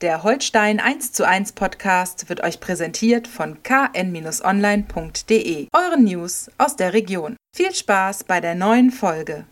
Der Holstein 1:1 Podcast wird euch präsentiert von kn-online.de, euren News aus der Region. Viel Spaß bei der neuen Folge.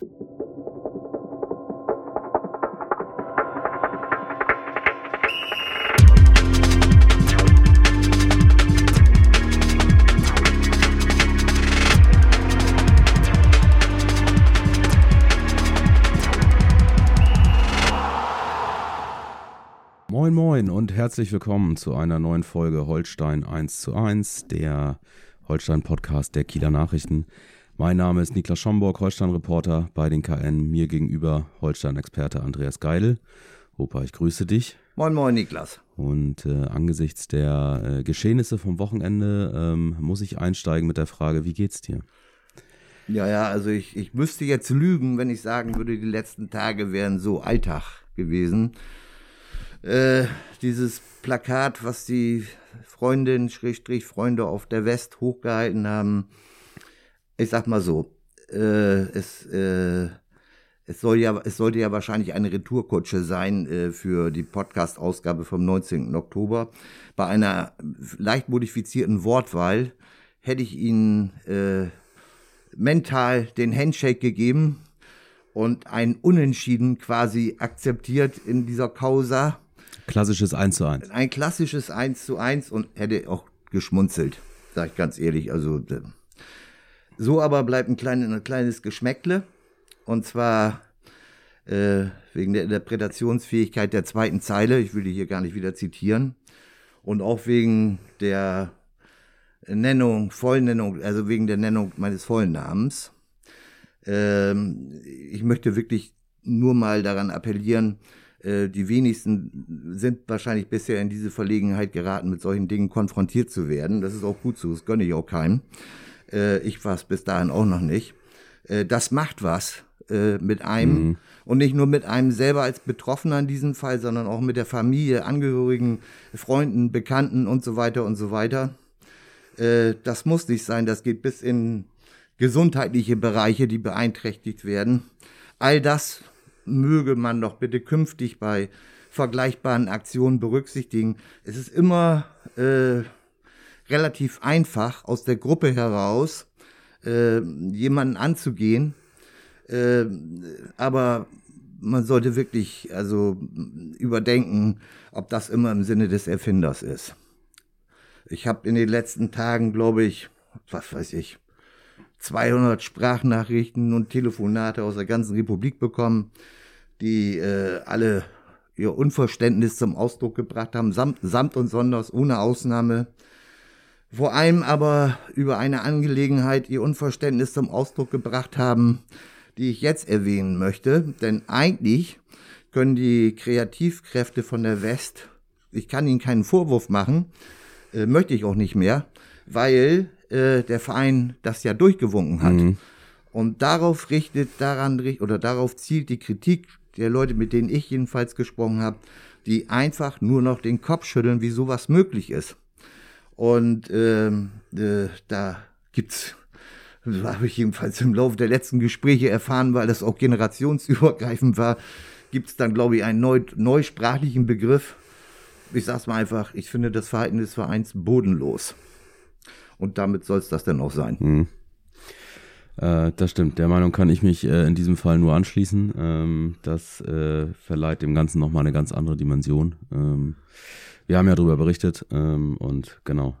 Moin Moin und herzlich willkommen zu einer neuen Folge Holstein 1:1, der Holstein-Podcast der Kieler Nachrichten. Mein Name ist Niklas Schomburg, Holstein-Reporter bei den KN, mir gegenüber Holstein-Experte Andreas Geidel. Opa, ich grüße dich. Moin Moin Niklas. Und angesichts der Geschehnisse vom Wochenende muss ich einsteigen mit der Frage, wie geht's dir? Ja, also ich müsste jetzt lügen, wenn ich sagen würde, die letzten Tage wären so Alltag gewesen. Dieses Plakat, was die Freunde auf der West hochgehalten haben, ich sag mal so, es sollte ja wahrscheinlich eine Retourkutsche sein für die Podcast-Ausgabe vom 19. Oktober. Bei einer leicht modifizierten Wortwahl hätte ich Ihnen mental den Handshake gegeben und ein Unentschieden quasi akzeptiert in dieser Causa. Klassisches 1:1. Ein klassisches 1:1 und hätte auch geschmunzelt, sag ich ganz ehrlich. Also so aber bleibt ein kleines Geschmäckle. Und zwar wegen der Interpretationsfähigkeit der zweiten Zeile. Ich will die hier gar nicht wieder zitieren. Und auch wegen der Vollnennung, also wegen der Nennung meines vollen Namens. Ich möchte wirklich nur mal daran appellieren, die wenigsten sind wahrscheinlich bisher in diese Verlegenheit geraten, mit solchen Dingen konfrontiert zu werden. Das ist auch gut so, das gönne ich auch keinem. Ich war es bis dahin auch noch nicht. Das macht was mit einem und nicht nur mit einem selber als Betroffener in diesem Fall, sondern auch mit der Familie, Angehörigen, Freunden, Bekannten und so weiter und so weiter. Das muss nicht sein, das geht bis in gesundheitliche Bereiche, die beeinträchtigt werden. All das möge man doch bitte künftig bei vergleichbaren Aktionen berücksichtigen. Es ist immer relativ einfach, aus der Gruppe heraus jemanden anzugehen, aber man sollte wirklich überdenken, ob das immer im Sinne des Erfinders ist. Ich habe in den letzten Tagen, glaube ich, 200 Sprachnachrichten und Telefonate aus der ganzen Republik bekommen, die alle ihr Unverständnis zum Ausdruck gebracht haben, samt und sonders, ohne Ausnahme. Vor allem aber über eine Angelegenheit ihr Unverständnis zum Ausdruck gebracht haben, die ich jetzt erwähnen möchte. Denn eigentlich können die Kreativkräfte von der West, ich kann ihnen keinen Vorwurf machen, möchte ich auch nicht mehr, weil der Verein das ja durchgewunken hat. Und darauf zielt die Kritik der Leute, mit denen ich jedenfalls gesprochen habe, die einfach nur noch den Kopf schütteln, wie sowas möglich ist. Und da gibt's, habe ich jedenfalls im Laufe der letzten Gespräche erfahren, weil das auch generationsübergreifend war, gibt's dann, glaube ich, einen neusprachlichen Begriff. Ich sag's mal einfach, ich finde das Verhalten des Vereins bodenlos. Und damit soll es das dann auch sein. Das stimmt. Der Meinung kann ich mich in diesem Fall nur anschließen. Das verleiht dem Ganzen nochmal eine ganz andere Dimension. Wir haben ja darüber berichtet und genau,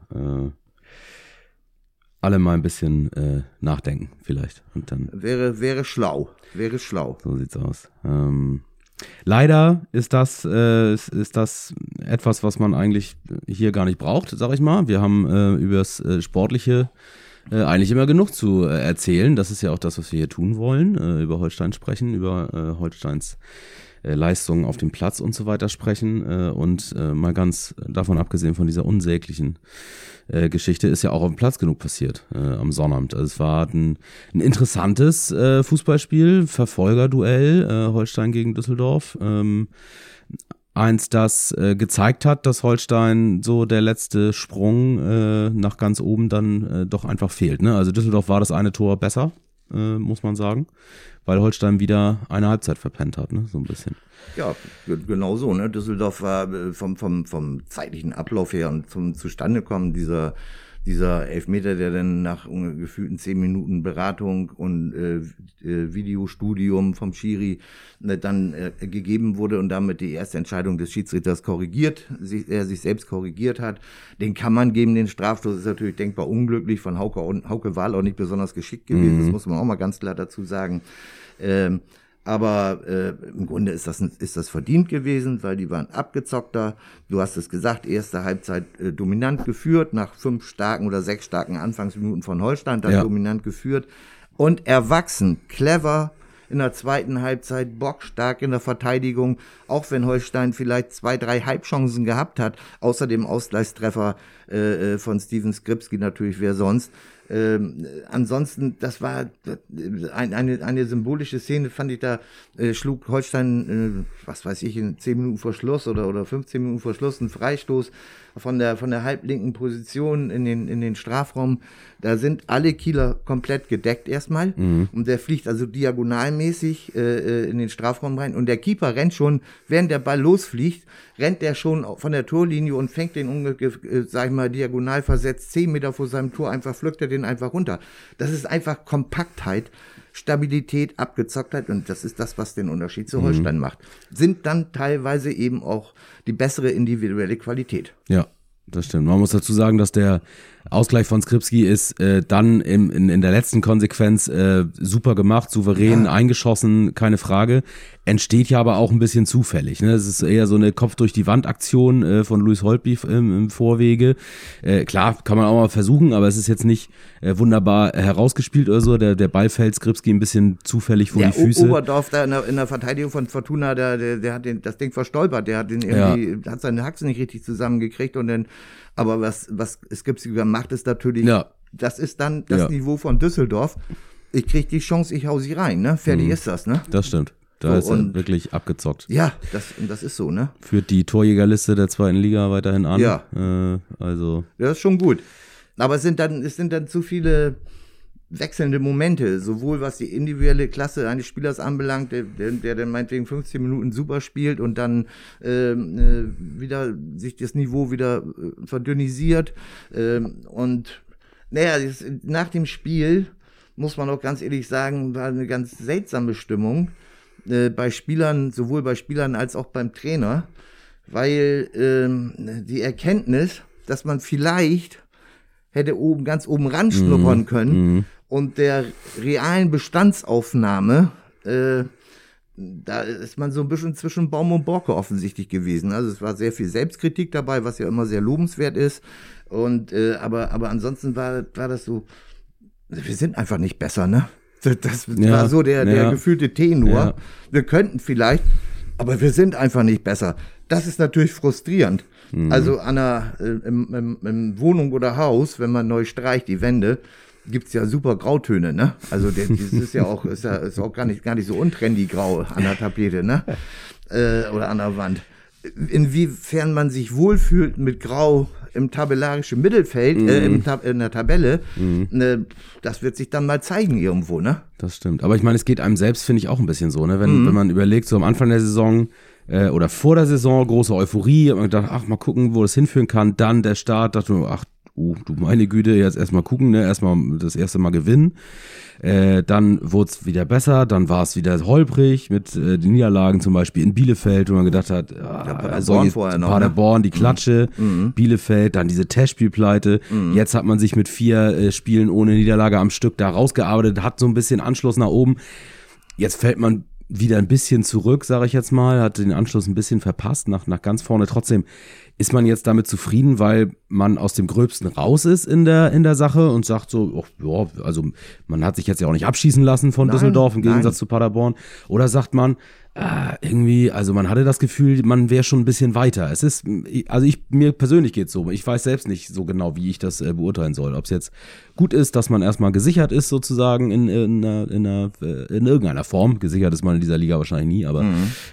alle mal ein bisschen nachdenken vielleicht. Und dann wäre schlau. So sieht's aus. Leider ist das etwas, was man eigentlich hier gar nicht braucht, sag ich mal. Wir haben über das Sportliche eigentlich immer genug zu erzählen. Das ist ja auch das, was wir hier tun wollen. Über Holstein sprechen, über Holsteins Leistungen auf dem Platz und so weiter sprechen. Und mal ganz davon abgesehen von dieser unsäglichen Geschichte ist ja auch auf dem Platz genug passiert am Sonnabend. Also es war ein interessantes Fußballspiel, Verfolgerduell, Holstein gegen Düsseldorf. Eins, das gezeigt hat, dass Holstein so der letzte Sprung nach ganz oben dann doch einfach fehlt. Ne? Also Düsseldorf war das eine Tor besser. muss man sagen, weil Holstein wieder eine Halbzeit verpennt hat, ne? So ein bisschen. Ja, genau so, ne? Düsseldorf war vom zeitlichen Ablauf her und zum Zustandekommen dieser Elfmeter, der dann nach gefühlten 10 Minuten Beratung und Videostudium vom Schiri dann gegeben wurde und damit die erste Entscheidung des Schiedsrichters er sich selbst korrigiert hat. Den kann man geben, den Strafstoß ist natürlich denkbar unglücklich, von Hauke Wahl auch nicht besonders geschickt gewesen, das muss man auch mal ganz klar dazu sagen. Aber im Grunde ist das verdient gewesen, weil die waren abgezockter. Du hast es gesagt, erste Halbzeit dominant geführt, nach 5 starken oder 6 starken Anfangsminuten von Holstein, dann dominant geführt. Und erwachsen, clever in der zweiten Halbzeit, bockstark in der Verteidigung, auch wenn Holstein vielleicht 2, 3 Halbchancen gehabt hat, außer dem Ausgleichstreffer von Steven Skripski natürlich, wer sonst. Ansonsten, das war eine symbolische Szene, fand ich, da schlug Holstein, was weiß ich, in 10 Minuten vor Schluss oder 15 Minuten vor Schluss einen Freistoß von der halblinken Position in den Strafraum. Da sind alle Kieler komplett gedeckt erstmal und der fliegt also diagonalmäßig in den Strafraum rein und der Keeper rennt schon, während der Ball losfliegt, rennt der schon von der Torlinie und fängt den sag ich mal, diagonal versetzt 10 Meter vor seinem Tor, pflückt er den einfach runter. Das ist einfach Kompaktheit, Stabilität, Abgezocktheit und das ist das, was den Unterschied zu Holstein macht. Sind dann teilweise eben auch die bessere individuelle Qualität. Ja, das stimmt. Man muss dazu sagen, dass der Ausgleich von Skripski ist dann in der letzten Konsequenz super gemacht, souverän eingeschossen, keine Frage. Entsteht ja aber auch ein bisschen zufällig. Ne? Es ist eher so eine Kopf-durch-die-Wand-Aktion von Luis Holtby im Vorwege. Klar, kann man auch mal versuchen, aber es ist jetzt nicht wunderbar herausgespielt oder so. Der Ball fällt Skripski ein bisschen zufällig vor die Füße. Oberdorf da in der Verteidigung von Fortuna, der hat das Ding verstolpert. Der hat hat seine Haxe nicht richtig zusammengekriegt und dann, aber was Skripski macht, ist natürlich, das ist dann das Niveau von Düsseldorf. Ich krieg die Chance, ich hau sie rein, ne? Fertig ist das, ne? Das stimmt. Da ist er wirklich abgezockt. Ja, das ist so, ne? Führt die Torjägerliste der 2. Liga weiterhin an. Ja. Also. Das ist schon gut. Aber es sind dann zu viele wechselnde Momente, sowohl was die individuelle Klasse eines Spielers anbelangt, der dann meinetwegen 15 Minuten super spielt und dann wieder sich das Niveau wieder verdünnisiert. Und naja, nach dem Spiel, muss man auch ganz ehrlich sagen, war eine ganz seltsame Stimmung. Bei Spielern, sowohl bei Spielern als auch beim Trainer, weil die Erkenntnis, dass man vielleicht hätte ganz oben ran schnuppern können und der realen Bestandsaufnahme, da ist man so ein bisschen zwischen Baum und Borke offensichtlich gewesen. Also es war sehr viel Selbstkritik dabei, was ja immer sehr lobenswert ist. Und aber ansonsten war das so, wir sind einfach nicht besser, ne? Das war so der gefühlte Tenor. Ja. Wir könnten vielleicht, aber wir sind einfach nicht besser. Das ist natürlich frustrierend. Also im Wohnung oder Haus, wenn man neu streicht, die Wände, gibt's ja super Grautöne, ne? Also das ist ja auch, ist auch gar nicht so untrendy grau an der Tapete, ne? Oder an der Wand. Inwiefern man sich wohlfühlt mit Grau im tabellarischen Mittelfeld, in der Tabelle, das wird sich dann mal zeigen irgendwo, ne? Das stimmt. Aber ich meine, es geht einem selbst, finde ich, auch ein bisschen so, ne? Wenn man überlegt, so am Anfang der Saison oder vor der Saison, große Euphorie, hat man gedacht, ach, mal gucken, wo das hinführen kann. Dann der Start, dachte man, ach, du meine Güte, jetzt erstmal gucken, ne? Erstmal das erste Mal gewinnen. Dann wurde es wieder besser, dann war es wieder holprig mit den Niederlagen zum Beispiel in Bielefeld, wo man gedacht hat, Paderborn, die Klatsche, Bielefeld, dann diese Testspielpleite. Jetzt hat man sich mit 4 Spielen ohne Niederlage am Stück da rausgearbeitet, hat so ein bisschen Anschluss nach oben. Jetzt fällt man wieder ein bisschen zurück, sage ich jetzt mal, hat den Anschluss ein bisschen verpasst nach ganz vorne. Trotzdem ist man jetzt damit zufrieden, weil man aus dem Gröbsten raus ist in der Sache und sagt so, oh, ja, also man hat sich jetzt ja auch nicht abschießen lassen von Düsseldorf im Gegensatz zu Paderborn. Oder sagt man, irgendwie, also man hatte das Gefühl, man wäre schon ein bisschen weiter. Es ist, also mir persönlich geht's so. Ich weiß selbst nicht so genau, wie ich das beurteilen soll. Ob es jetzt gut ist, dass man erstmal gesichert ist sozusagen in irgendeiner Form. Gesichert ist man in dieser Liga wahrscheinlich nie, aber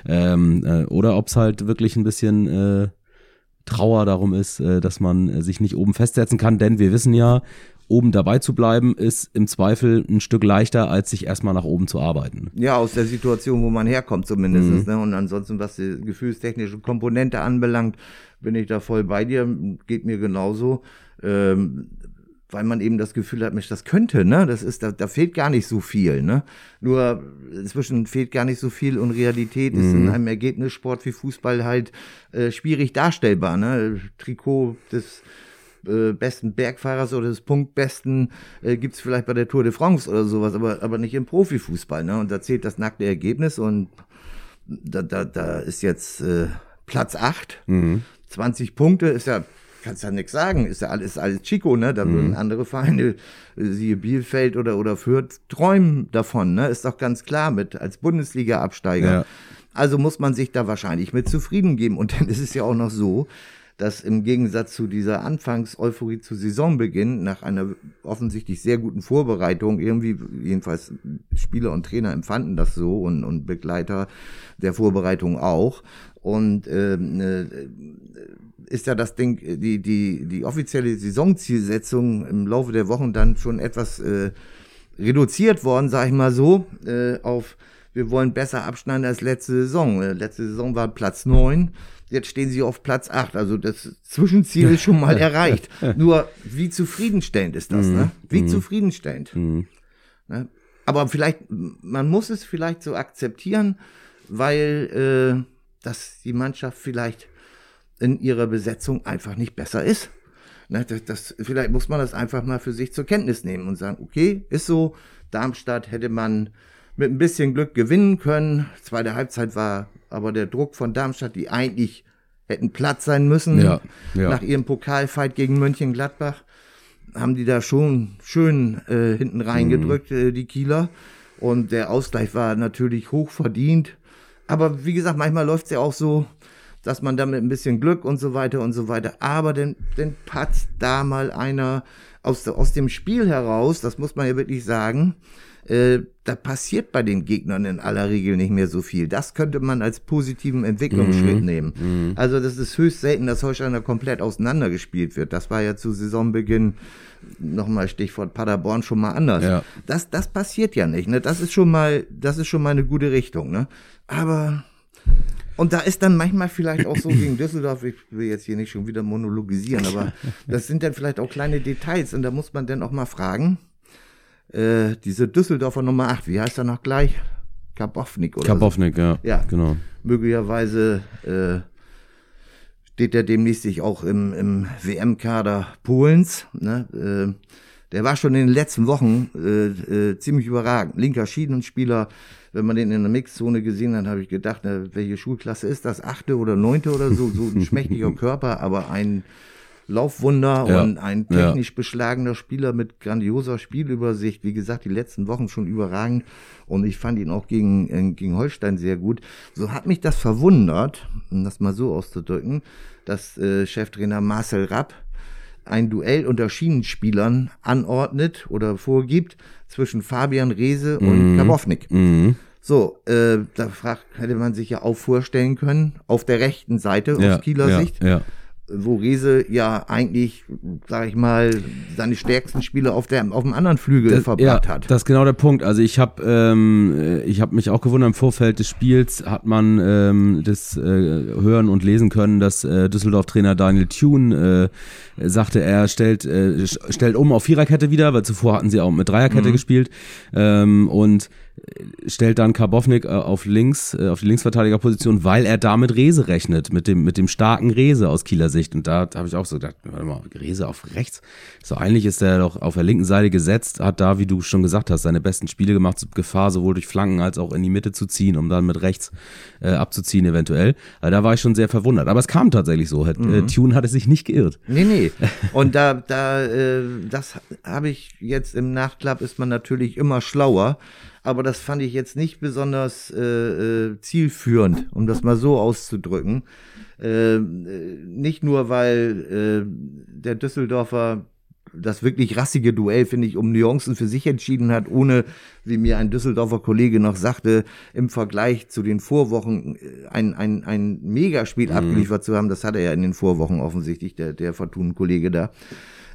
oder ob es halt wirklich ein bisschen Trauer darum ist, dass man sich nicht oben festsetzen kann, denn wir wissen ja, oben dabei zu bleiben, ist im Zweifel ein Stück leichter, als sich erstmal nach oben zu arbeiten. Ja, aus der Situation, wo man herkommt zumindest. Ne? Und ansonsten, was die gefühlstechnische Komponente anbelangt, bin ich da voll bei dir, geht mir genauso. Weil man eben das Gefühl hat, Mensch, das könnte, ne? Das ist, da fehlt gar nicht so viel, ne? Nur inzwischen fehlt gar nicht so viel und Realität ist in einem Ergebnissport wie Fußball halt schwierig darstellbar, ne? Trikot des besten Bergfahrers oder des Punktbesten gibt's vielleicht bei der Tour de France oder sowas, aber nicht im Profifußball, ne? Und da zählt das nackte Ergebnis und da ist jetzt Platz 8, 20 Punkte, ist ja, kannst ja nichts sagen, ist ja alles Chico, ne? Da würden andere Vereine, siehe Bielefeld oder Fürth, träumen davon, ne? Ist doch ganz klar mit als Bundesliga-Absteiger. Ja. Also muss man sich da wahrscheinlich mit zufrieden geben. Und dann ist es ja auch noch so, dass im Gegensatz zu dieser Anfangs-Euphorie zu Saisonbeginn, nach einer offensichtlich sehr guten Vorbereitung, irgendwie, jedenfalls Spieler und Trainer empfanden das so und Begleiter der Vorbereitung auch. Und ist ja das Ding, die offizielle Saisonzielsetzung im Laufe der Wochen dann schon etwas reduziert worden, sag ich mal so, auf wir wollen besser abschneiden als letzte Saison. Letzte Saison war Platz 9, jetzt stehen sie auf Platz 8, also das Zwischenziel ist schon mal erreicht. Nur, wie zufriedenstellend ist das, ne? Wie zufriedenstellend. Ne? Aber vielleicht, man muss es vielleicht so akzeptieren, weil dass die Mannschaft vielleicht in ihrer Besetzung einfach nicht besser ist. Ne, vielleicht muss man das einfach mal für sich zur Kenntnis nehmen und sagen, okay, ist so, Darmstadt hätte man mit ein bisschen Glück gewinnen können. Zweite Halbzeit war aber der Druck von Darmstadt, die eigentlich hätten platt sein müssen. Ja. Nach ihrem Pokalfight gegen Mönchengladbach haben die da schon schön hinten reingedrückt, die Kieler. Und der Ausgleich war natürlich hoch verdient. Aber wie gesagt, manchmal läuft es ja auch so, dass man damit ein bisschen Glück und so weiter, aber dann patzt da mal einer aus dem Spiel heraus, das muss man ja wirklich sagen, da passiert bei den Gegnern in aller Regel nicht mehr so viel. Das könnte man als positiven Entwicklungsschritt nehmen. Also das ist höchst selten, dass Holsteiner komplett auseinandergespielt wird. Das war ja zu Saisonbeginn, nochmal Stichwort Paderborn, schon mal anders. Ja. Das passiert ja nicht, ne? Das ist schon mal eine gute Richtung, ne? Aber und da ist dann manchmal vielleicht auch so gegen Düsseldorf, ich will jetzt hier nicht schon wieder monologisieren, aber das sind dann vielleicht auch kleine Details und da muss man dann auch mal fragen, diese Düsseldorfer Nummer 8, wie heißt er noch gleich? Karbownik oder Karbownik, so. Ja, genau. Möglicherweise steht er demnächst sich auch im WM-Kader Polens, ne? Der war schon in den letzten Wochen ziemlich überragend. Linker Schienenspieler, wenn man den in der Mixzone gesehen hat, habe ich gedacht, welche Schulklasse ist das? 8. oder 9. oder so? So ein schmächtiger Körper, aber ein Laufwunder und ein technisch beschlagener Spieler mit grandioser Spielübersicht. Wie gesagt, die letzten Wochen schon überragend. Und ich fand ihn auch gegen Holstein sehr gut. So hat mich das verwundert, um das mal so auszudrücken, dass Cheftrainer Marcel Rapp ein Duell unter Schienenspielern anordnet oder vorgibt zwischen Fabian Reese und Karbownik. So, da hätte man sich ja auch vorstellen können, auf der rechten Seite, aus Kieler Sicht, wo Reese ja eigentlich, sag ich mal, seine stärksten Spiele auf dem anderen Flügel verbracht hat. Das ist genau der Punkt. Also ich habe mich auch gewundert, im Vorfeld des Spiels hat man das hören und lesen können, dass Düsseldorf-Trainer Daniel Thune sagte, er stellt um auf Viererkette wieder, weil zuvor hatten sie auch mit Dreierkette gespielt und stellt dann Karbownik auf die Linksverteidigerposition, weil er damit Reese rechnet, mit dem starken Reese aus Kieler Sicht. Und da habe ich auch so gedacht, warte mal, Reese auf rechts? So eigentlich ist er doch auf der linken Seite gesetzt, hat da, wie du schon gesagt hast, seine besten Spiele gemacht, Gefahr sowohl durch Flanken als auch in die Mitte zu ziehen, um dann mit rechts abzuziehen eventuell. Also da war ich schon sehr verwundert. Aber es kam tatsächlich so. Thune hatte sich nicht geirrt. Nee. Und das habe ich jetzt im Nachklapp, ist man natürlich immer schlauer. Aber das fand ich jetzt nicht besonders zielführend, um das mal so auszudrücken. Nicht nur, weil der Düsseldorfer das wirklich rassige Duell, finde ich, um Nuancen für sich entschieden hat, ohne, wie mir ein Düsseldorfer Kollege noch sagte, im Vergleich zu den Vorwochen ein Megaspiel abgeliefert zu haben. Das hatte er in den Vorwochen offensichtlich, der Fortuna-Kollege da.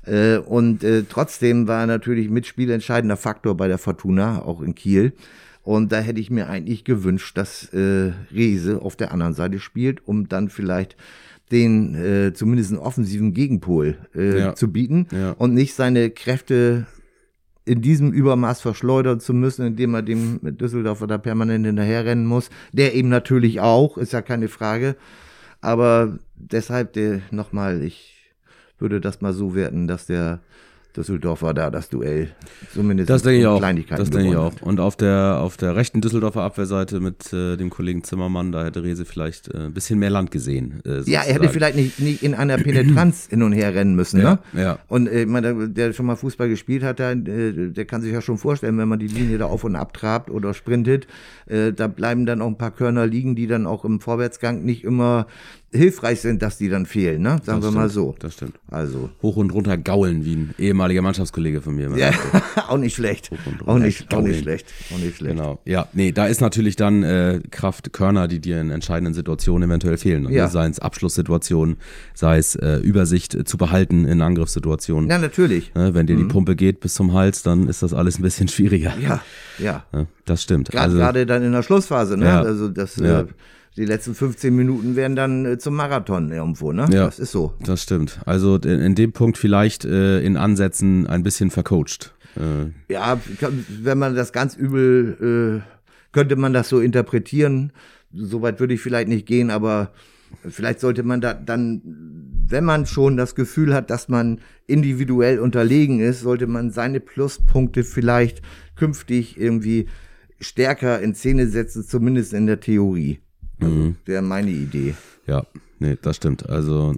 Und trotzdem war er natürlich mitspielentscheidender Faktor bei der Fortuna, auch in Kiel. Und da hätte ich mir eigentlich gewünscht, dass Rehse auf der anderen Seite spielt, um dann vielleicht den zumindest einen offensiven Gegenpol zu bieten und nicht seine Kräfte in diesem Übermaß verschleudern zu müssen, indem er dem Düsseldorfer da permanent hinterherrennen muss. Der eben natürlich auch, ist ja keine Frage. Aber deshalb nochmal, ich würde das mal so werten, dass der Düsseldorfer da das Duell zumindest das denke ich auch. Kleinigkeiten Das denke ich auch. hat. Und auf der rechten Düsseldorfer Abwehrseite mit dem Kollegen Zimmermann, da hätte Rehse vielleicht ein bisschen mehr Land gesehen. Ja, er hätte vielleicht nicht in einer Penetranz hin und her rennen müssen. Ja, ne? ja. Und der schon mal Fußball gespielt hat, der kann sich ja schon vorstellen, wenn man die Linie da auf und ab trabt oder sprintet, da bleiben dann auch ein paar Körner liegen, die dann auch im Vorwärtsgang nicht immer hilfreich sind, dass die dann fehlen, ne? Sagen wir mal so. Das stimmt. Also. Hoch und runter gaulen, wie ein ehemaliger Mannschaftskollege von mir. Ja, auch nicht schlecht. Auch nicht schlecht. Genau. Ja, nee, da ist natürlich dann Kraft Körner, die dir in entscheidenden Situationen eventuell fehlen. Ja. Sei es Abschlusssituationen, sei es Übersicht zu behalten in Angriffssituationen. Ja, natürlich. Wenn dir die Pumpe geht bis zum Hals, dann ist das alles ein bisschen schwieriger. Ja. Das stimmt. Gerade dann in der Schlussphase, ne? Ja. Also das Ja. Die letzten 15 Minuten werden dann zum Marathon irgendwo, ne? Ja, das ist so. Das stimmt. Also in dem Punkt vielleicht in Ansätzen ein bisschen vercoacht. Ja, wenn man das ganz übel, könnte man das so interpretieren. Soweit würde ich vielleicht nicht gehen, aber vielleicht sollte man da dann, wenn man schon das Gefühl hat, dass man individuell unterlegen ist, sollte man seine Pluspunkte vielleicht künftig irgendwie stärker in Szene setzen, zumindest in der Theorie. Also, wäre meine Idee. Ja, nee, das stimmt. Also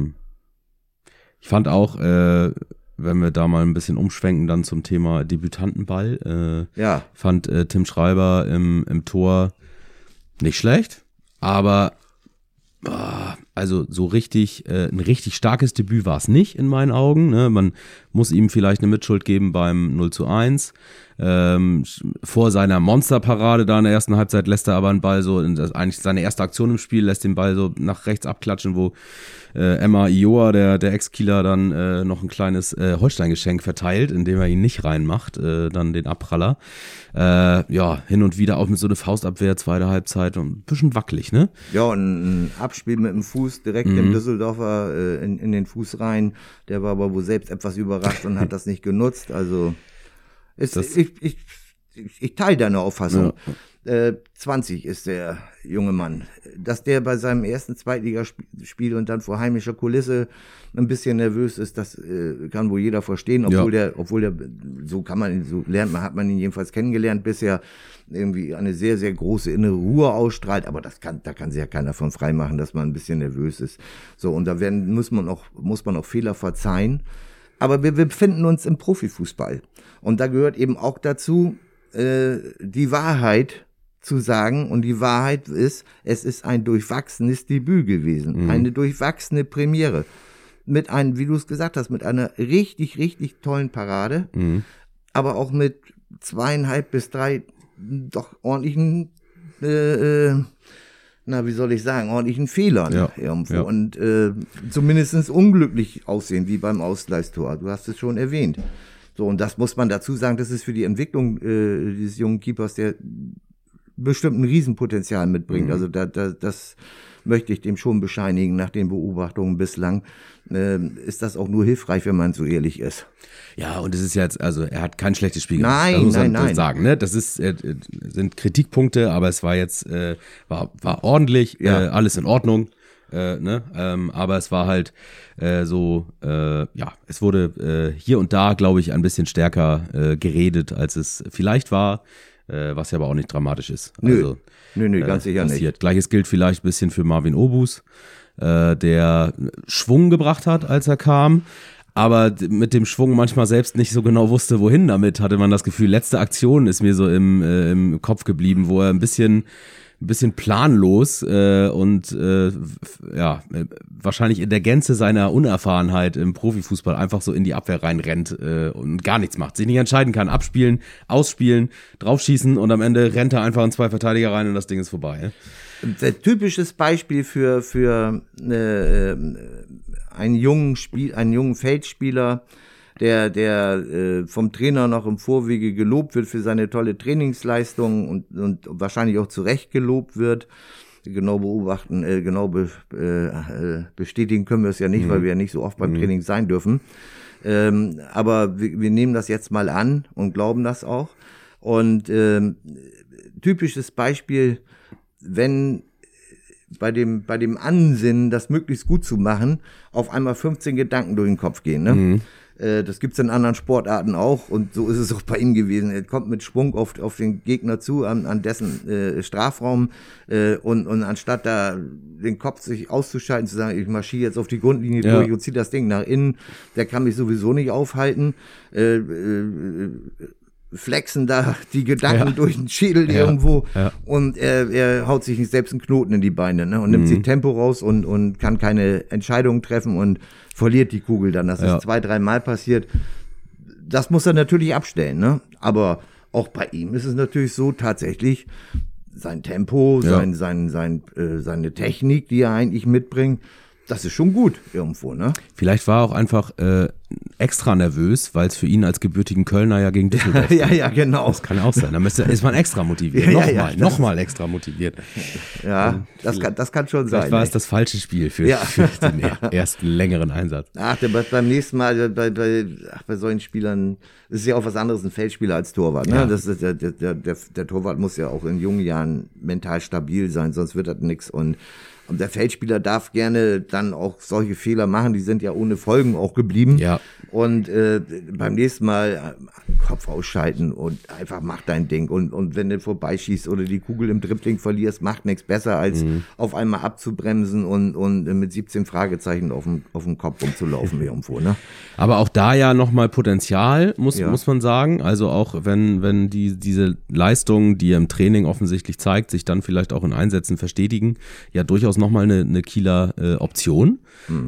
ich fand auch, wenn wir da mal ein bisschen umschwenken dann zum Thema Debütantenball, fand Tim Schreiber im Tor nicht schlecht, aber also so richtig, ein richtig starkes Debüt war es nicht in meinen Augen. Ne? Man muss ihm vielleicht eine Mitschuld geben beim 0:1. Vor seiner Monsterparade da in der ersten Halbzeit lässt er aber einen Ball so, eigentlich seine erste Aktion im Spiel, lässt den Ball so nach rechts abklatschen, wo Emma Ioa, der Ex-Kieler, dann noch ein kleines Holstein-Geschenk verteilt, indem er ihn nicht reinmacht, dann den Abpraller. Hin und wieder auch mit so einer Faustabwehr, zweite Halbzeit und ein bisschen wackelig, ne? Ja, und ein Abspiel mit dem Fuß direkt dem Düsseldorfer in den Fuß rein, der war aber wohl selbst etwas überrascht und hat das nicht genutzt, also ich teile deine Auffassung. Ja. 20 ist der junge Mann. Dass der bei seinem ersten Zweitligaspiel und dann vor heimischer Kulisse ein bisschen nervös ist, das kann wohl jeder verstehen, obwohl der, so hat man ihn jedenfalls kennengelernt bisher, irgendwie eine sehr, sehr große innere Ruhe ausstrahlt, aber da kann sich ja keiner von frei machen, dass man ein bisschen nervös ist. So, und da muss man auch Fehler verzeihen. Aber wir befinden uns im Profifußball. Und da gehört eben auch dazu, die Wahrheit zu sagen. Und die Wahrheit ist, es ist ein durchwachsenes Debüt gewesen. Eine durchwachsene Premiere. Mit einem, wie du es gesagt hast, mit einer richtig, richtig tollen Parade. Aber auch mit 2,5 bis 3 doch ordentlichen, ordentlichen Fehlern irgendwo. Ja. Und zumindest unglücklich aussehen, wie beim Ausgleichstor. Du hast es schon erwähnt. So, und das muss man dazu sagen, das ist für die Entwicklung dieses jungen Keepers, der bestimmt ein Riesenpotenzial mitbringt. Also das möchte ich dem schon bescheinigen, nach den Beobachtungen bislang. Ist das auch nur hilfreich, wenn man so ehrlich ist. Ja, und es ist jetzt, also er hat kein schlechtes Spiel gemacht. Nein, das muss man nein. sagen, ne? Das sind Kritikpunkte, aber es war jetzt, war ordentlich, alles in Ordnung. Aber es war halt es wurde hier und da, glaube ich, ein bisschen stärker geredet, als es vielleicht war, was ja aber auch nicht dramatisch ist. Nö, ganz sicher nicht. Gleiches gilt vielleicht ein bisschen für Marvin Obus, der Schwung gebracht hat, als er kam, aber mit dem Schwung manchmal selbst nicht so genau wusste, wohin damit, hatte man das Gefühl. Letzte Aktion ist mir so im Kopf geblieben, wo er ein bisschen planlos wahrscheinlich in der Gänze seiner Unerfahrenheit im Profifußball einfach so in die Abwehr reinrennt und gar nichts macht. Sich nicht entscheiden kann, abspielen, ausspielen, draufschießen und am Ende rennt er einfach in 2 Verteidiger rein und das Ding ist vorbei. Ein typisches Beispiel für einen jungen Feldspieler, der vom Trainer noch im Vorwege gelobt wird für seine tolle Trainingsleistung und wahrscheinlich auch zu Recht gelobt wird. Genau bestätigen können wir es ja nicht, weil wir ja nicht so oft beim Training sein dürfen. Aber wir nehmen das jetzt mal an und glauben das auch. Und typisches Beispiel, wenn bei dem Ansinnen, das möglichst gut zu machen, auf einmal 15 Gedanken durch den Kopf gehen. Ne? Das gibt's in anderen Sportarten auch und so ist es auch bei ihm gewesen. Er kommt mit Schwung auf den Gegner zu, an dessen Strafraum und anstatt da den Kopf sich auszuschalten, zu sagen, ich marschiere jetzt auf die Grundlinie durch und ziehe das Ding nach innen, der kann mich sowieso nicht aufhalten. Flexen da die Gedanken durch den Schädel irgendwo und er haut sich nicht selbst einen Knoten in die Beine, ne, und nimmt sich Tempo raus und kann keine Entscheidungen treffen und verliert die Kugel dann. Das ist 2-3 Mal passiert. Das muss er natürlich abstellen, ne? Aber auch bei ihm ist es natürlich so tatsächlich, sein Tempo, seine Technik, die er eigentlich mitbringt, das ist schon gut irgendwo, ne? Vielleicht war er auch einfach extra nervös, weil es für ihn als gebürtigen Kölner ja gegen Düsseldorf geht. Ja, genau. Das kann auch sein. Da ist man extra motiviert. Nochmal extra motiert. Ja, das kann schon sein. Vielleicht war es das falsche Spiel für den ersten längeren Einsatz. Ach, beim nächsten Mal bei solchen Spielern ist es ja auch was anderes, ein Feldspieler als Torwart. Ne? Ja. Das ist der Torwart muss ja auch in jungen Jahren mental stabil sein, sonst wird das nix. Und der Feldspieler darf gerne dann auch solche Fehler machen, die sind ja ohne Folgen auch geblieben. Ja. Und beim nächsten Mal Kopf ausschalten und einfach mach dein Ding. Und wenn du vorbeischießt oder die Kugel im Dribbling verlierst, macht nichts besser, als auf einmal abzubremsen und mit 17 Fragezeichen auf dem Kopf rumzulaufen irgendwo. Ne? Aber auch da ja nochmal Potenzial, muss man sagen. Also auch wenn diese Leistungen, die er im Training offensichtlich zeigt, sich dann vielleicht auch in Einsätzen verstetigen, ja durchaus nochmal eine Kieler Option.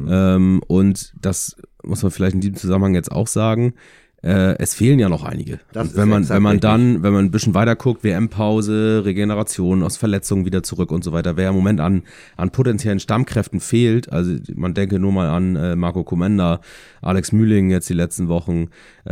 Und das muss man vielleicht in diesem Zusammenhang jetzt auch sagen, es fehlen ja noch einige. Wenn man ein bisschen weiter guckt, WM-Pause, Regeneration aus Verletzungen wieder zurück und so weiter, wer im Moment an potenziellen Stammkräften fehlt, also man denke nur mal an Marco Komenda, Alex Mühling jetzt die letzten Wochen,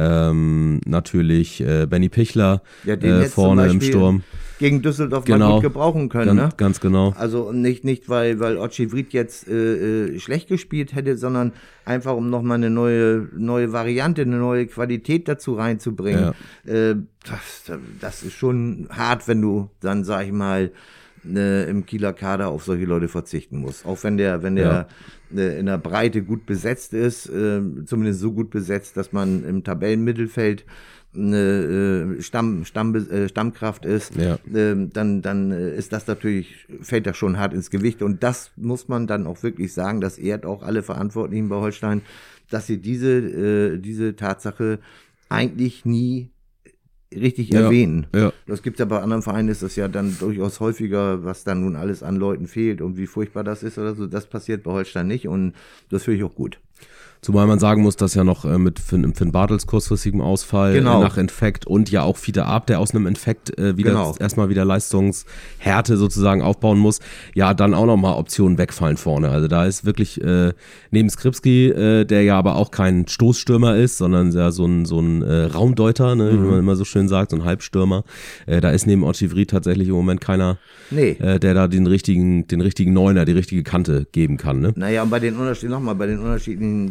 natürlich Benny Pichler vorne im Sturm. Gegen Düsseldorf mal gut gebrauchen können. Ne? Ganz genau. Also nicht weil Otschivrit jetzt schlecht gespielt hätte, sondern einfach um nochmal eine neue Variante, eine neue Qualität dazu reinzubringen. Ja. Das ist schon hart, wenn du dann, sag ich mal, im Kieler Kader auf solche Leute verzichten musst. Auch wenn der in der Breite gut besetzt ist, zumindest so gut besetzt, dass man im Tabellenmittelfeld eine Stammkraft ist, dann ist das natürlich, fällt das schon hart ins Gewicht. Und das muss man dann auch wirklich sagen, das ehrt auch alle Verantwortlichen bei Holstein, dass sie diese Tatsache eigentlich nie richtig erwähnen. Ja. Das gibt ja bei anderen Vereinen, ist das ja dann durchaus häufiger, was dann nun alles an Leuten fehlt und wie furchtbar das ist oder so. Das passiert bei Holstein nicht und das finde ich auch gut. Zumal man sagen muss, dass ja noch mit Finn Bartels kurzfristigem Ausfall nach Infekt und ja auch Fiete Arp, der aus einem Infekt erstmal wieder Leistungshärte sozusagen aufbauen muss, ja dann auch nochmal Optionen wegfallen vorne. Also da ist wirklich neben Skripski, der ja aber auch kein Stoßstürmer ist, sondern ja so ein Raumdeuter, ne, wie man immer so schön sagt, so ein Halbstürmer. Da ist neben Otschivrit tatsächlich im Moment keiner, der da den richtigen Neuner, die richtige Kante geben kann. Ne? Naja, und bei den unterschiedlichen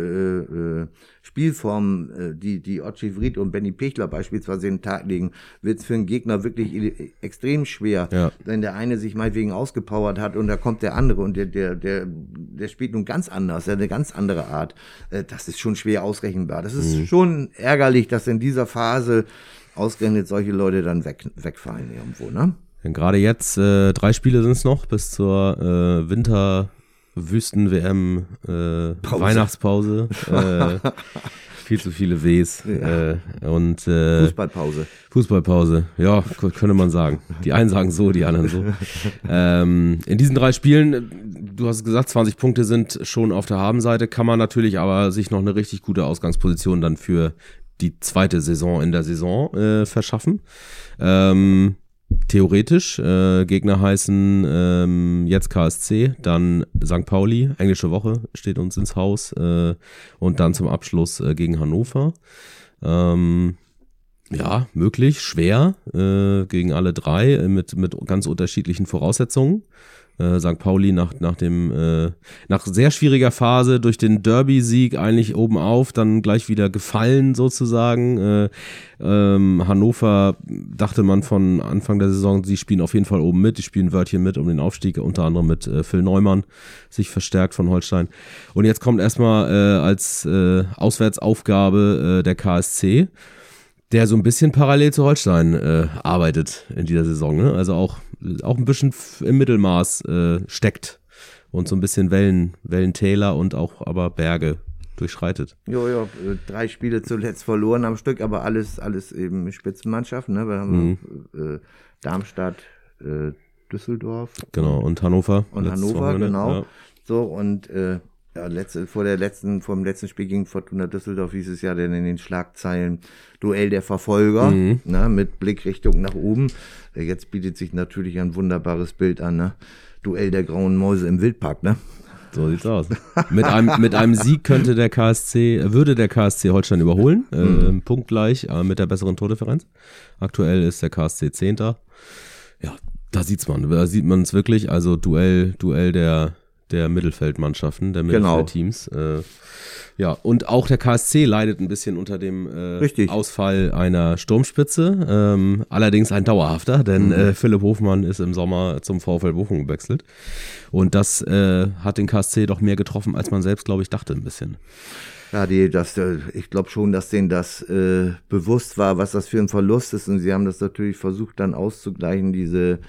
Spielformen, die Otschivrit und Benny Pichler beispielsweise in den Tag legen, wird es für einen Gegner wirklich extrem schwer, wenn der eine sich meinetwegen ausgepowert hat und da kommt der andere und der spielt nun ganz anders, eine ganz andere Art. Das ist schon schwer ausrechenbar. Das ist schon ärgerlich, dass in dieser Phase ausgerechnet solche Leute dann wegfallen irgendwo, ne? Denn gerade jetzt 3 Spiele sind es noch bis zur Wüsten-WM Weihnachtspause. Viel zu viele Ws. Und Fußballpause, ja, könnte man sagen. Die einen sagen so, die anderen so. In diesen 3 Spielen, du hast gesagt, 20 Punkte sind schon auf der Habenseite, kann man natürlich aber sich noch eine richtig gute Ausgangsposition dann für die zweite Saison in der Saison verschaffen. theoretisch. Gegner heißen jetzt KSC, dann St. Pauli, englische Woche steht uns ins Haus und dann zum Abschluss gegen Hannover. Ja, möglich, schwer gegen alle drei mit ganz unterschiedlichen Voraussetzungen. St. Pauli nach sehr schwieriger Phase durch den Derby-Sieg eigentlich oben auf, dann gleich wieder gefallen sozusagen. Hannover dachte man von Anfang der Saison, sie spielen auf jeden Fall oben mit, die spielen Wörtchen mit um den Aufstieg, unter anderem mit Phil Neumann, sich verstärkt von Holstein. Und jetzt kommt erstmal als Auswärtsaufgabe der KSC, der so ein bisschen parallel zu Holstein arbeitet in dieser Saison, ne? Also auch ein bisschen im Mittelmaß steckt und so ein bisschen Wellentäler und auch aber Berge durchschreitet. Ja, 3 Spiele zuletzt verloren am Stück, aber alles eben Spitzenmannschaften, ne? Wir haben Darmstadt, Düsseldorf. Genau, und Hannover. Und Hannover, genau. Ja. So, und vor dem letzten Spiel gegen Fortuna Düsseldorf hieß es ja dann in den Schlagzeilen Duell der Verfolger, ne, mit Blickrichtung nach oben. Jetzt bietet sich natürlich ein wunderbares Bild an, ne? Duell der grauen Mäuse im Wildpark, ne? So sieht's aus. Mit einem Sieg würde der KSC Holstein überholen, punktgleich mit der besseren Tordifferenz. Aktuell ist der KSC 10. Ja, da sieht man es wirklich, also Duell der Mittelfeldmannschaften, der Mittelfeldteams. Ja, und auch der KSC leidet ein bisschen unter dem Ausfall einer Sturmspitze, allerdings ein dauerhafter, denn Philipp Hofmann ist im Sommer zum VfL Bochum gewechselt und das hat den KSC doch mehr getroffen, als man selbst, glaube ich, dachte ein bisschen. Ja, ich glaube schon, dass denen das bewusst war, was das für ein Verlust ist, und sie haben das natürlich versucht dann auszugleichen, diese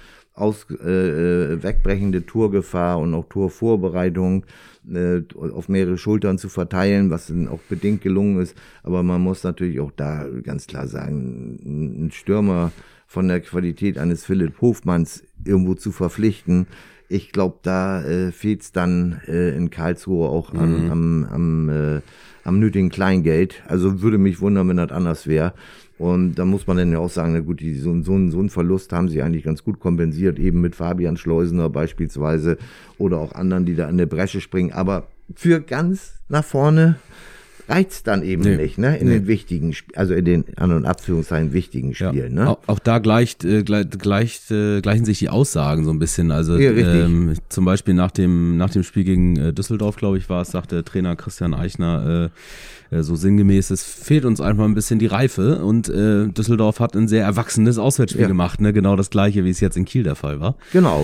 wegbrechende Torgefahr und auch Torvorbereitung auf mehrere Schultern zu verteilen, was dann auch bedingt gelungen ist. Aber man muss natürlich auch da ganz klar sagen, einen Stürmer von der Qualität eines Philipp Hofmanns irgendwo zu verpflichten, ich glaube, da fehlt es dann in Karlsruhe auch am nötigen Kleingeld. Also würde mich wundern, wenn das anders wäre. Und da muss man dann ja auch sagen, na gut, so einen Verlust haben sie eigentlich ganz gut kompensiert, eben mit Fabian Schleusener beispielsweise oder auch anderen, die da in der Bresche springen. Aber für ganz nach vorne reizt dann eben nicht, ne? In den wichtigen, also in den An- und Abführungszeichen wichtigen Spielen, ne? Auch da gleichen sich die Aussagen so ein bisschen. Also zum Beispiel nach dem Spiel gegen Düsseldorf, glaube ich, sagte Trainer Christian Eichner so sinngemäß, es fehlt uns einfach ein bisschen die Reife, und Düsseldorf hat ein sehr erwachsenes Auswärtsspiel gemacht, ne? Genau das gleiche, wie es jetzt in Kiel der Fall war. Genau.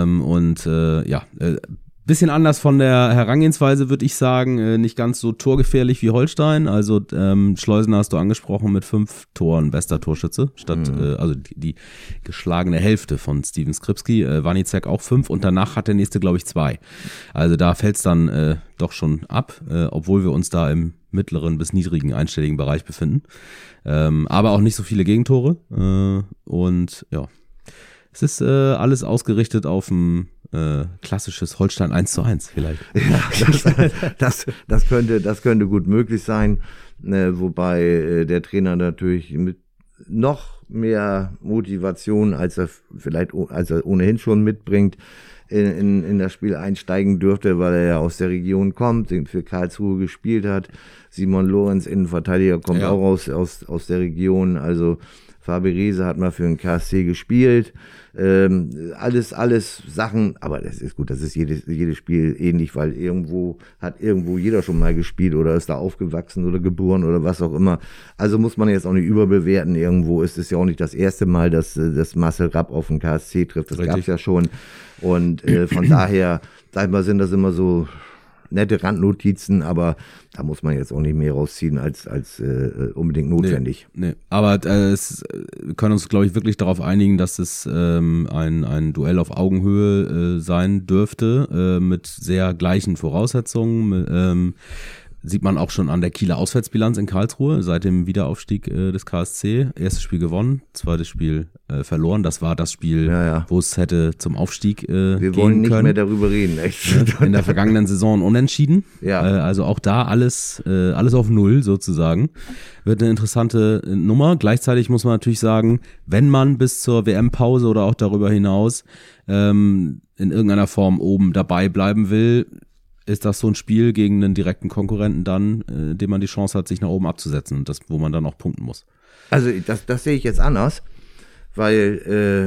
Bisschen anders von der Herangehensweise, würde ich sagen, nicht ganz so torgefährlich wie Holstein. Also Schleusener hast du angesprochen mit 5 Toren, bester Torschütze, statt also die geschlagene Hälfte von Steven Skripski, Wanizek auch 5 und danach hat der nächste, glaube ich, 2. Also da fällt's dann doch schon ab, obwohl wir uns da im mittleren bis niedrigen einstelligen Bereich befinden. Aber auch nicht so viele Gegentore und ja, es ist alles ausgerichtet auf ein klassisches Holstein 1:1 vielleicht. Ja, das könnte gut möglich sein, wobei der Trainer natürlich mit noch mehr Motivation, als er ohnehin schon mitbringt, in das Spiel einsteigen dürfte, weil er ja aus der Region kommt, für Karlsruhe gespielt hat. Simon Lorenz, Innenverteidiger, kommt auch aus der Region, also Fabi Riese hat mal für den KSC gespielt, alles Sachen, aber das ist gut, das ist jedes Spiel ähnlich, weil irgendwo jeder schon mal gespielt oder ist da aufgewachsen oder geboren oder was auch immer. Also muss man jetzt auch nicht überbewerten, irgendwo ist es ja auch nicht das erste Mal, dass Marcel Rapp auf den KSC trifft, das gab's ja schon, und von daher, sag ich mal, sind das immer so nette Randnotizen, aber da muss man jetzt auch nicht mehr rausziehen als unbedingt notwendig. Nee. Aber wir können uns, glaube ich, wirklich darauf einigen, dass es ein Duell auf Augenhöhe sein dürfte, mit sehr gleichen Voraussetzungen. sieht man auch schon an der Kieler Auswärtsbilanz in Karlsruhe seit dem Wiederaufstieg des KSC. Erstes Spiel gewonnen, zweites Spiel verloren. Das war das Spiel, wo es hätte zum Aufstieg gehen können. Wir wollen nicht mehr darüber reden, echt. In der vergangenen Saison unentschieden. Ja. Also auch da alles auf Null sozusagen. Wird eine interessante Nummer. Gleichzeitig muss man natürlich sagen, wenn man bis zur WM-Pause oder auch darüber hinaus in irgendeiner Form oben dabei bleiben will, ist das so ein Spiel gegen einen direkten Konkurrenten dann, dem man die Chance hat, sich nach oben abzusetzen und das, wo man dann auch punkten muss. Also das sehe ich jetzt anders, weil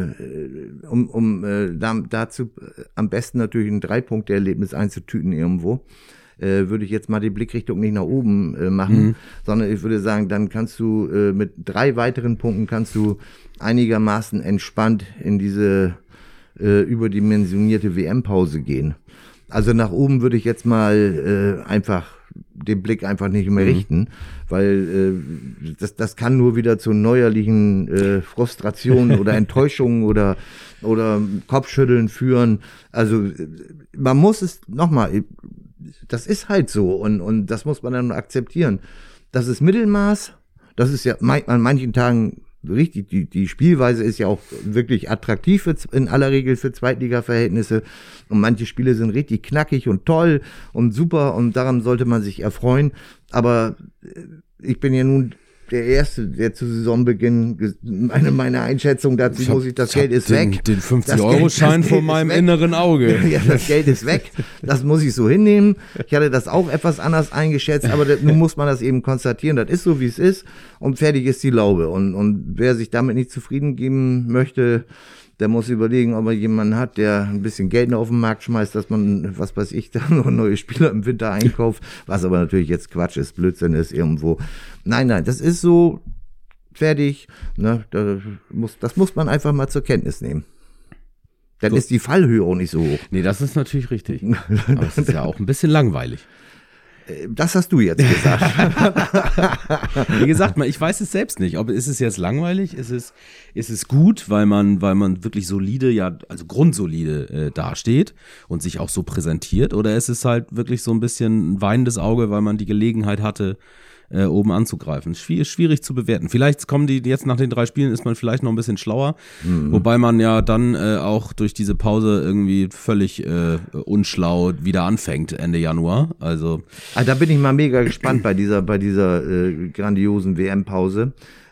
dazu am besten natürlich ein 3-Punkte-Erlebnis einzutüten irgendwo, würde ich jetzt mal die Blickrichtung nicht nach oben machen, sondern ich würde sagen, dann kannst du mit 3 weiteren Punkten kannst du einigermaßen entspannt in diese überdimensionierte WM-Pause gehen. Also nach oben würde ich jetzt mal einfach den Blick einfach nicht mehr richten, weil das kann nur wieder zu neuerlichen Frustrationen oder Enttäuschungen oder Kopfschütteln führen. Also man muss es nochmal, das ist halt so und das muss man dann akzeptieren. Das ist Mittelmaß, das ist ja an manchen Tagen richtig, die Spielweise ist ja auch wirklich attraktiv in aller Regel für Zweitliga-Verhältnisse und manche Spiele sind richtig knackig und toll und super und daran sollte man sich erfreuen, aber ich bin ja nun der Erste, der zu Saisonbeginn, meine Einschätzung dazu muss ich, das Geld ist weg. Den 50-Euro-Schein vor meinem inneren Auge. Ja, das Geld ist weg. Das muss ich so hinnehmen. Ich hatte das auch etwas anders eingeschätzt, aber nun muss man das eben konstatieren. Das ist so, wie es ist und fertig ist die Laube. Und wer sich damit nicht zufrieden geben möchte, der muss überlegen, ob er jemanden hat, der ein bisschen Geld noch auf den Markt schmeißt, dass man, was weiß ich, da noch neue Spieler im Winter einkauft, was aber natürlich jetzt Quatsch ist, Blödsinn ist irgendwo. Nein, das ist so fertig, ne, das muss man einfach mal zur Kenntnis nehmen. Dann ist die Fallhöhe auch nicht so hoch. Nee, das ist natürlich richtig. Aber es ist ja auch ein bisschen langweilig. Das hast du jetzt gesagt. Wie gesagt, ich weiß es selbst nicht. Ist es jetzt langweilig? Ist es gut, weil man wirklich solide, also grundsolide dasteht und sich auch so präsentiert? Oder ist es halt wirklich so ein bisschen ein weinendes Auge, weil man die Gelegenheit hatte, oben anzugreifen? Schwierig zu bewerten. Vielleicht kommen die jetzt nach den 3 Spielen, ist man vielleicht noch ein bisschen schlauer, wobei man ja dann auch durch diese Pause irgendwie völlig unschlau wieder anfängt Ende Januar. Also da bin ich mal mega gespannt bei dieser grandiosen WM-Pause.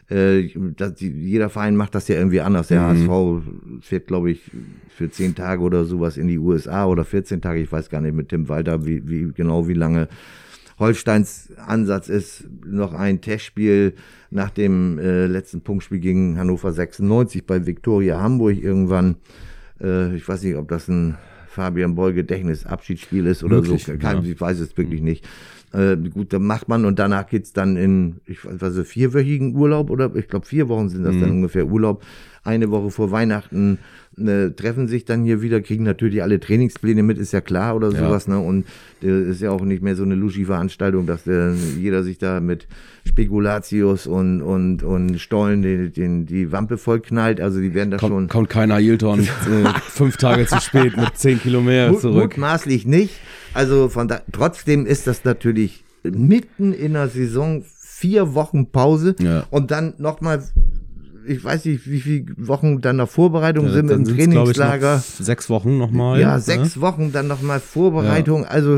Jeder Verein macht das ja irgendwie anders. Der HSV fährt, glaube ich, für 10 Tage oder sowas in die USA oder 14 Tage, ich weiß gar nicht mit Tim Walter, wie lange. Holsteins Ansatz ist noch ein Testspiel nach dem letzten Punktspiel gegen Hannover 96 bei Viktoria Hamburg irgendwann. Ich weiß nicht, ob das ein Fabian Boll Gedächtnis-Abschiedsspiel ist oder möglich, so. Ich weiß es wirklich nicht. Gut, dann macht man und danach geht's dann in, 4-wöchigen Urlaub oder ich glaube 4 Wochen sind das dann ungefähr Urlaub. Eine Woche vor Weihnachten treffen sich dann hier wieder, kriegen natürlich alle Trainingspläne mit, ist ja klar oder sowas, ne? Und ist ja auch nicht mehr so eine Luschi-Veranstaltung, dass jeder sich da mit Spekulatius und Stollen die Wampe vollknallt. Also die werden da schon. Kommt keiner Ailton 5 Tage zu spät mit 10 Kilo mehr zurück. Mutmaßlich nicht. Also trotzdem ist das natürlich mitten in der Saison 4 Wochen Pause und dann nochmal, ich weiß nicht, wie viele Wochen dann noch Vorbereitung sind im Trainingslager. 6 Wochen nochmal. Ja, 6 Wochen dann nochmal Vorbereitung. Ja. Also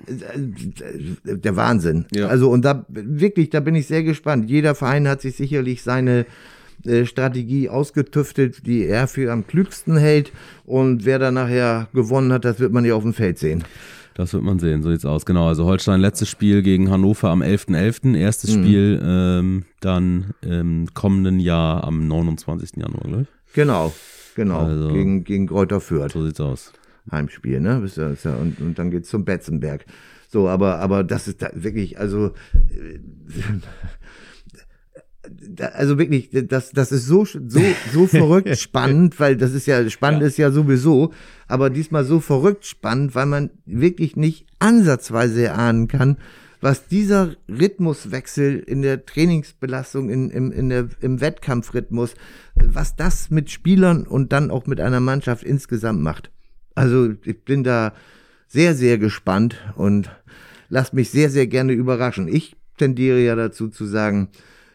der Wahnsinn. Ja. Also und da bin ich sehr gespannt. Jeder Verein hat sich sicherlich seine Strategie ausgetüftelt, die er für am klügsten hält. Und wer da nachher gewonnen hat, das wird man ja auf dem Feld sehen. Das wird man sehen, so sieht's aus. Genau, also Holstein letztes Spiel gegen Hannover am 11.11., erstes Spiel dann im kommenden Jahr am 29. Januar, glaube ich. Genau, also, gegen Greuther Fürth. So sieht's aus. Heimspiel, ne? Und dann geht's zum Betzenberg. So, aber das ist da wirklich, also wirklich, das ist so verrückt spannend, weil das ist ja, spannend ist ja sowieso, aber diesmal so verrückt spannend, weil man wirklich nicht ansatzweise erahnen kann, was dieser Rhythmuswechsel in der Trainingsbelastung, im Wettkampfrhythmus, was das mit Spielern und dann auch mit einer Mannschaft insgesamt macht. Also ich bin da sehr, sehr gespannt und lasse mich sehr, sehr gerne überraschen. Ich tendiere ja dazu zu sagen,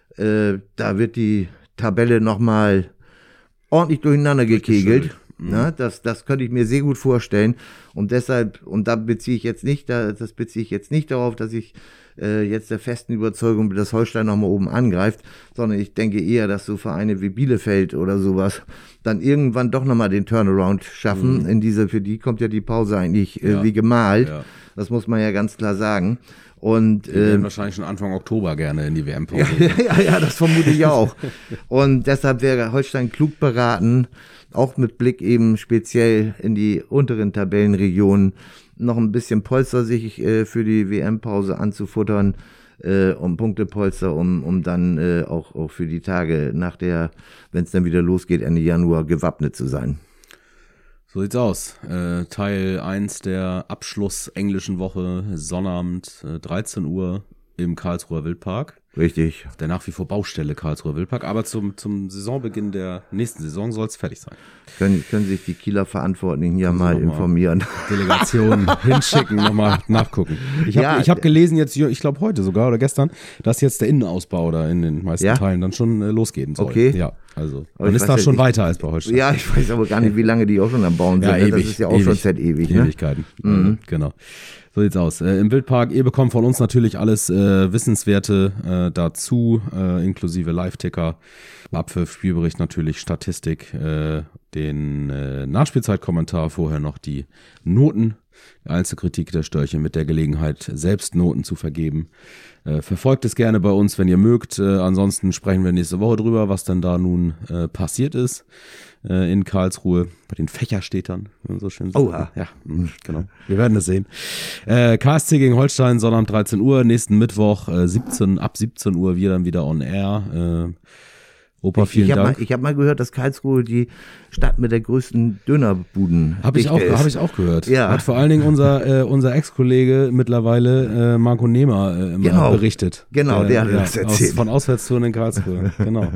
da wird die Tabelle nochmal ordentlich durcheinander gekegelt. Na, das könnte ich mir sehr gut vorstellen. Und deshalb, und das beziehe ich jetzt nicht darauf, dass ich jetzt der festen Überzeugung bin, dass Holstein nochmal oben angreift, sondern ich denke eher, dass so Vereine wie Bielefeld oder sowas dann irgendwann doch nochmal den Turnaround schaffen. Für die kommt ja die Pause eigentlich wie gemalt. Ja. Das muss man ja ganz klar sagen. Und die werden wahrscheinlich schon Anfang Oktober gerne in die WM-Pause. Ja, das vermute ich auch. Und deshalb wäre Holstein klug beraten, auch mit Blick eben speziell in die unteren Tabellenregionen, noch ein bisschen Polster sich für die WM-Pause anzufuttern, um Punktepolster, um dann auch für die Tage nach wenn es dann wieder losgeht, Ende Januar gewappnet zu sein. So sieht's aus. Teil 1 der Abschluss-englischen Woche, Sonnabend, 13 Uhr im Karlsruher Wildpark. Richtig. Auf der nach wie vor Baustelle Karlsruher Wildpark, aber zum Saisonbeginn der nächsten Saison soll es fertig sein. Können sich die Kieler Verantwortlichen ja mal informieren. Delegationen hinschicken, nochmal nachgucken. Ich hab gelesen jetzt, ich glaube heute sogar oder gestern, dass jetzt der Innenausbau da in den meisten Teilen dann schon losgehen soll. Okay. Ja, also man ist da schon weiter als bei Holstein. Ja, ich weiß aber gar nicht, wie lange die auch schon am Bauen sind. Ja, ewig, das ist ja auch schon seit ewig. Ne? Ewigkeiten. Genau. So sieht's aus. Im Wildpark, ihr bekommt von uns natürlich alles Wissenswerte dazu, inklusive Live-Ticker, Abpfiff, Spielbericht natürlich, Statistik, den Nachspielzeitkommentar, vorher noch die Noten, die Einzelkritik der Störche mit der Gelegenheit, selbst Noten zu vergeben. Verfolgt es gerne bei uns, wenn ihr mögt. Ansonsten sprechen wir nächste Woche drüber, was denn da nun passiert ist in Karlsruhe, bei den Fächerstädtern, wie man so schön sagt. Oha. Ja, genau. Wir werden es sehen. KSC gegen Holstein, Sonnabend 13 Uhr, nächsten Mittwoch ab 17 Uhr wir dann wieder on air. Opa, vielen Dank. Ich hab mal gehört, dass Karlsruhe die Stadt mit der größten Dönerbuden Hab ich auch gehört. Ja. Hat vor allen Dingen unser Ex-Kollege mittlerweile Marco Nehmer immer berichtet. Genau, der hat das erzählt. Von Auswärtstouren in Karlsruhe, genau.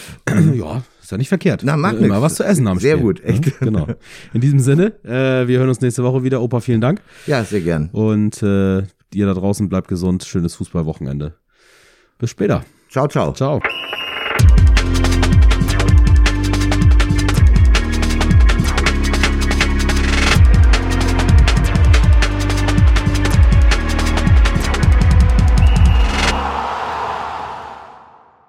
Ja, ist ja nicht verkehrt. Na, macht immer nix. was zu essen am Spiel. Sehr gut, echt. Ja, genau. In diesem Sinne, wir hören uns nächste Woche wieder. Opa, vielen Dank. Ja, sehr gern. Und ihr da draußen bleibt gesund. Schönes Fußballwochenende. Bis später. Ciao, ciao. Ciao.